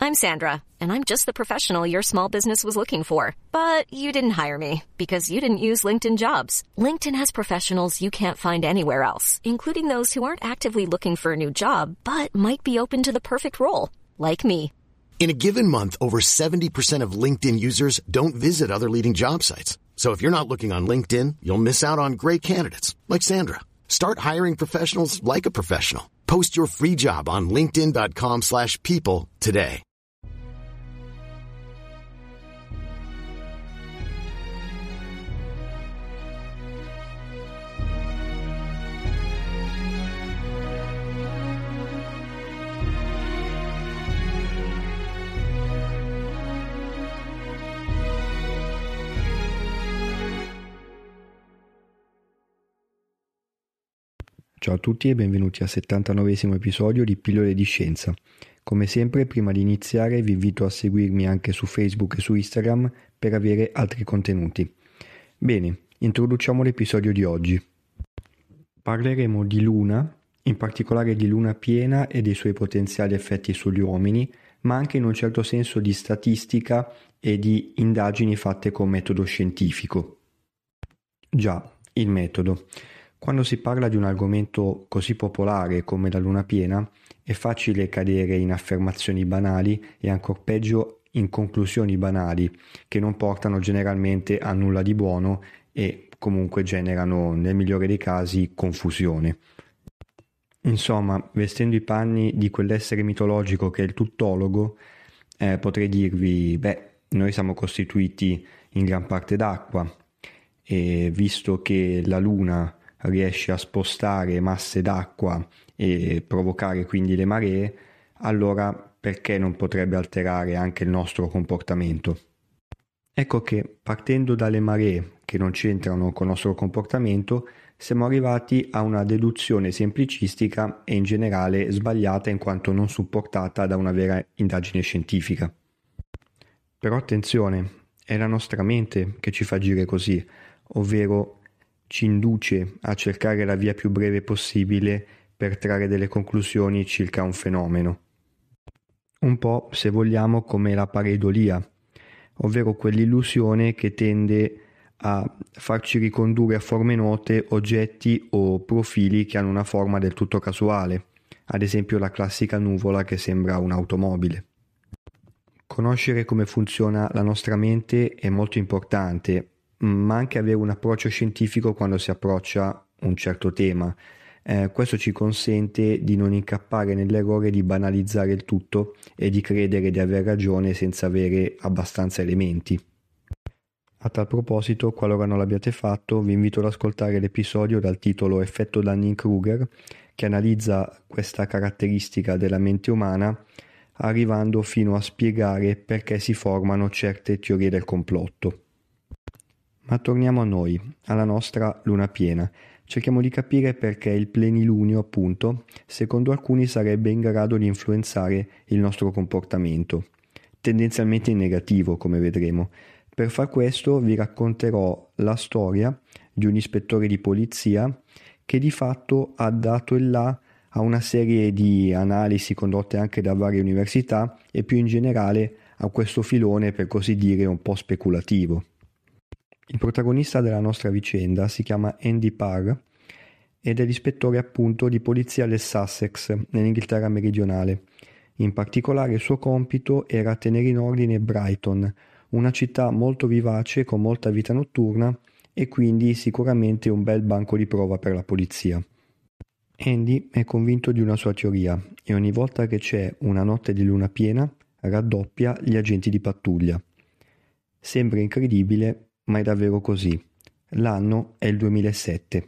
I'm Sandra, and I'm just the professional your small business was looking for. But you didn't hire me because you didn't use LinkedIn Jobs. LinkedIn has professionals you can't find anywhere else, including those who aren't actively looking for a new job, but might be open to the perfect role, like me. In a given month, over 70% of LinkedIn users don't visit other leading job sites. So if you're not looking on LinkedIn, you'll miss out on great candidates like Sandra. Start hiring professionals like a professional. Post your free job on linkedin.com/people today. Ciao a tutti e benvenuti al 79esimo episodio di Pillole di Scienza. Come sempre, prima di iniziare vi invito a seguirmi anche su Facebook e su Instagram per avere altri contenuti. Bene, introduciamo l'episodio di oggi. Parleremo di luna, in particolare di luna piena e dei suoi potenziali effetti sugli uomini, ma anche in un certo senso di statistica e di indagini fatte con metodo scientifico. Già, il metodo. Quando si parla di un argomento così popolare come la luna piena, è facile cadere in affermazioni banali e ancor peggio in conclusioni banali che non portano generalmente a nulla di buono e comunque generano, nel migliore dei casi, confusione. Insomma, vestendo i panni di quell'essere mitologico che è il tuttologo, potrei dirvi, noi siamo costituiti in gran parte d'acqua e visto che la luna riesce a spostare masse d'acqua e provocare quindi le maree, allora perché non potrebbe alterare anche il nostro comportamento? Ecco che partendo dalle maree che non c'entrano con il nostro comportamento, siamo arrivati a una deduzione semplicistica e in generale sbagliata in quanto non supportata da una vera indagine scientifica. Però attenzione, è la nostra mente che ci fa agire così, ovvero ci induce a cercare la via più breve possibile per trarre delle conclusioni circa un fenomeno. Un po', se vogliamo, come la pareidolia, ovvero quell'illusione che tende a farci ricondurre a forme note oggetti o profili che hanno una forma del tutto casuale, ad esempio la classica nuvola che sembra un'automobile. Conoscere come funziona la nostra mente è molto importante, ma anche avere un approccio scientifico quando si approccia un certo tema. Questo ci consente di non incappare nell'errore di banalizzare il tutto e di credere di aver ragione senza avere abbastanza elementi. A tal proposito, qualora non l'abbiate fatto, vi invito ad ascoltare l'episodio dal titolo Effetto Dunning-Kruger, che analizza questa caratteristica della mente umana, arrivando fino a spiegare perché si formano certe teorie del complotto. Ma torniamo a noi, alla nostra luna piena. Cerchiamo di capire perché il plenilunio, appunto, secondo alcuni sarebbe in grado di influenzare il nostro comportamento, tendenzialmente in negativo, come vedremo. Per far questo vi racconterò la storia di un ispettore di polizia che di fatto ha dato il là a una serie di analisi condotte anche da varie università e più in generale a questo filone, per così dire, un po' speculativo. Il protagonista della nostra vicenda si chiama Andy Parr ed è l'ispettore appunto di polizia del Sussex, nell'Inghilterra meridionale. In particolare il suo compito era tenere in ordine Brighton, una città molto vivace con molta vita notturna e quindi sicuramente un bel banco di prova per la polizia. Andy è convinto di una sua teoria e ogni volta che c'è una notte di luna piena raddoppia gli agenti di pattuglia. Sembra incredibile, ma è davvero così. L'anno è il 2007.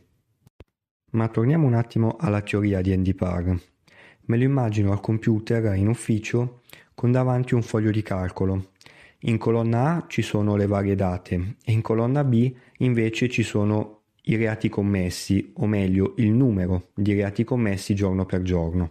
Ma torniamo un attimo alla teoria di Andy Parr. Me lo immagino al computer in ufficio con davanti un foglio di calcolo. In colonna A ci sono le varie date e in colonna B invece ci sono i reati commessi, o meglio il numero di reati commessi giorno per giorno.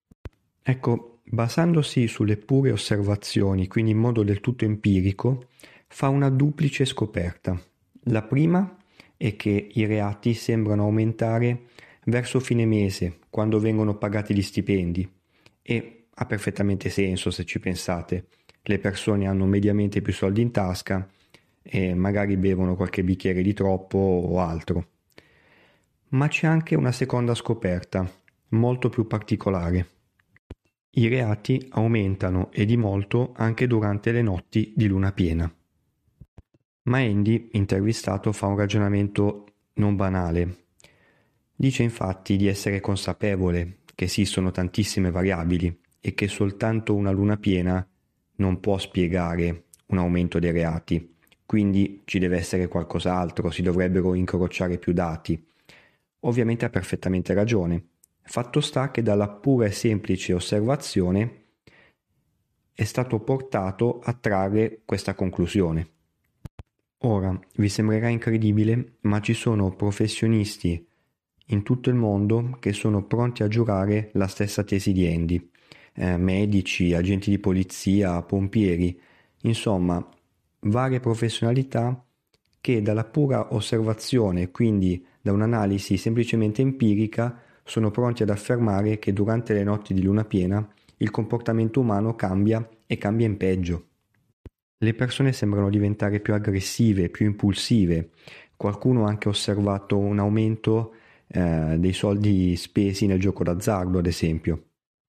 Ecco, basandosi sulle pure osservazioni, quindi in modo del tutto empirico, fa una duplice scoperta. La prima è che i reati sembrano aumentare verso fine mese, quando vengono pagati gli stipendi, e ha perfettamente senso se ci pensate. Le persone hanno mediamente più soldi in tasca e magari bevono qualche bicchiere di troppo o altro. Ma c'è anche una seconda scoperta, molto più particolare. I reati aumentano e di molto anche durante le notti di luna piena. Ma Andy, intervistato, fa un ragionamento non banale. Dice infatti di essere consapevole che esistono tantissime variabili e che soltanto una luna piena non può spiegare un aumento dei reati, quindi ci deve essere qualcos'altro, si dovrebbero incrociare più dati. Ovviamente ha perfettamente ragione. Fatto sta che dalla pura e semplice osservazione è stato portato a trarre questa conclusione. Ora, vi sembrerà incredibile, ma ci sono professionisti in tutto il mondo che sono pronti a giurare la stessa tesi di Andy. Medici, agenti di polizia, pompieri, insomma, varie professionalità che dalla pura osservazione, quindi da un'analisi semplicemente empirica, sono pronti ad affermare che durante le notti di luna piena il comportamento umano cambia e cambia in peggio. Le persone sembrano diventare più aggressive, più impulsive. Qualcuno ha anche osservato un aumento dei soldi spesi nel gioco d'azzardo, ad esempio.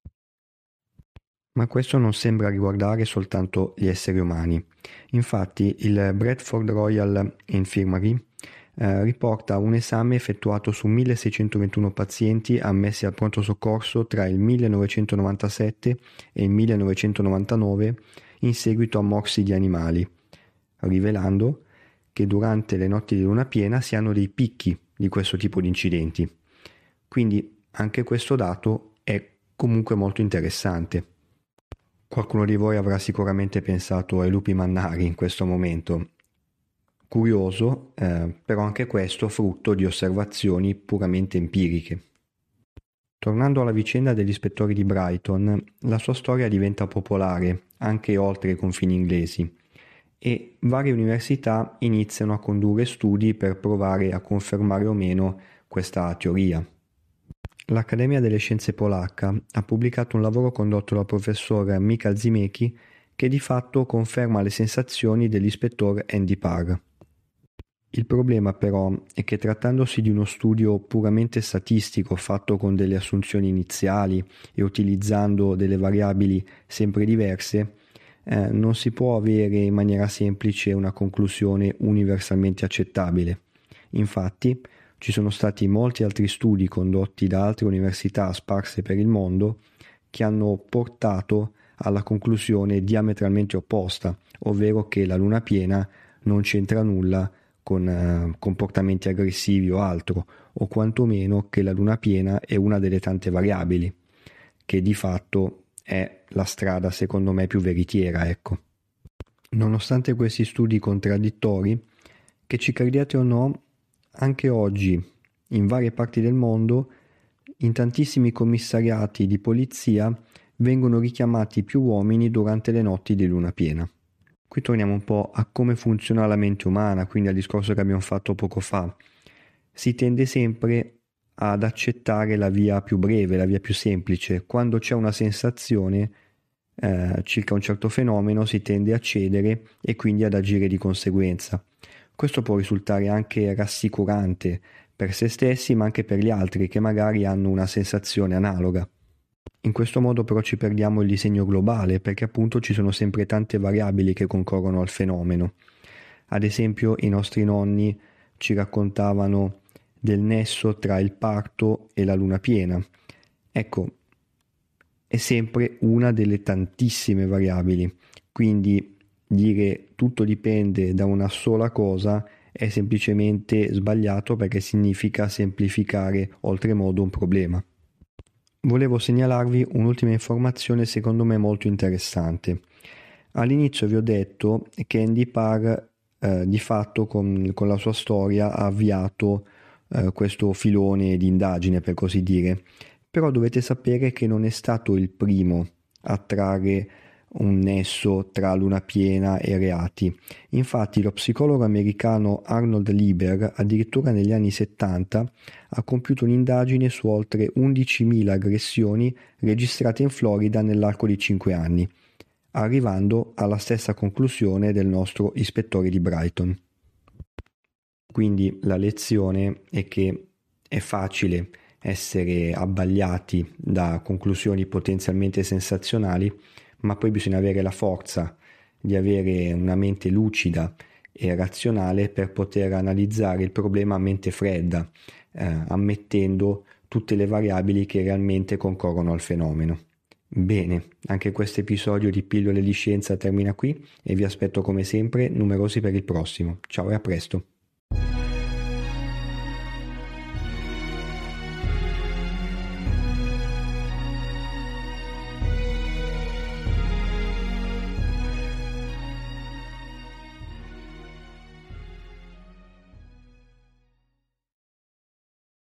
Ma questo non sembra riguardare soltanto gli esseri umani. Infatti il Bradford Royal Infirmary riporta un esame effettuato su 1621 pazienti ammessi al pronto soccorso tra il 1997 e il 1999 in seguito a morsi di animali, rivelando che durante le notti di luna piena si hanno dei picchi di questo tipo di incidenti. Quindi anche questo dato è comunque molto interessante. Qualcuno di voi avrà sicuramente pensato ai lupi mannari in questo momento. Curioso, però anche questo frutto di osservazioni puramente empiriche. Tornando alla vicenda degli ispettori di Brighton, la sua storia diventa popolare anche oltre i confini inglesi e varie università iniziano a condurre studi per provare a confermare o meno questa teoria. L'Accademia delle Scienze polacca ha pubblicato un lavoro condotto dal professor Michał Zimecki che di fatto conferma le sensazioni dell'ispettor Andy Parr. Il problema però è che trattandosi di uno studio puramente statistico fatto con delle assunzioni iniziali e utilizzando delle variabili sempre diverse, non si può avere in maniera semplice una conclusione universalmente accettabile. Infatti, ci sono stati molti altri studi condotti da altre università sparse per il mondo che hanno portato alla conclusione diametralmente opposta, ovvero che la luna piena non c'entra nulla con comportamenti aggressivi o altro, o quantomeno che la luna piena è una delle tante variabili, che di fatto è la strada secondo me più veritiera, ecco. Nonostante questi studi contraddittori, che ci crediate o no, anche oggi in varie parti del mondo, in tantissimi commissariati di polizia vengono richiamati più uomini durante le notti di luna piena. Qui torniamo un po' a come funziona la mente umana, quindi al discorso che abbiamo fatto poco fa. Si tende sempre ad accettare la via più breve, la via più semplice. Quando c'è una sensazione circa un certo fenomeno si tende a cedere e quindi ad agire di conseguenza. Questo può risultare anche rassicurante per se stessi ma anche per gli altri che magari hanno una sensazione analoga. In questo modo però ci perdiamo il disegno globale perché appunto ci sono sempre tante variabili che concorrono al fenomeno. Ad esempio i nostri nonni ci raccontavano del nesso tra il parto e la luna piena. Ecco, è sempre una delle tantissime variabili, quindi dire tutto dipende da una sola cosa è semplicemente sbagliato perché significa semplificare oltremodo un problema. Volevo segnalarvi un'ultima informazione secondo me molto interessante. All'inizio vi ho detto che Andy Parr di fatto con la sua storia ha avviato questo filone di indagine, per così dire, però dovete sapere che non è stato il primo a trarre un nesso tra luna piena e reati. Infatti lo psicologo americano Arnold Lieber addirittura negli anni 70 ha compiuto un'indagine su oltre 11.000 aggressioni registrate in Florida nell'arco di 5 anni, arrivando alla stessa conclusione del nostro ispettore di Brighton. Quindi la lezione è che è facile essere abbagliati da conclusioni potenzialmente sensazionali, ma poi bisogna avere la forza di avere una mente lucida e razionale per poter analizzare il problema a mente fredda, ammettendo tutte le variabili che realmente concorrono al fenomeno. Bene, anche questo episodio di Pillole di Scienza termina qui e vi aspetto come sempre numerosi per il prossimo. Ciao e a presto!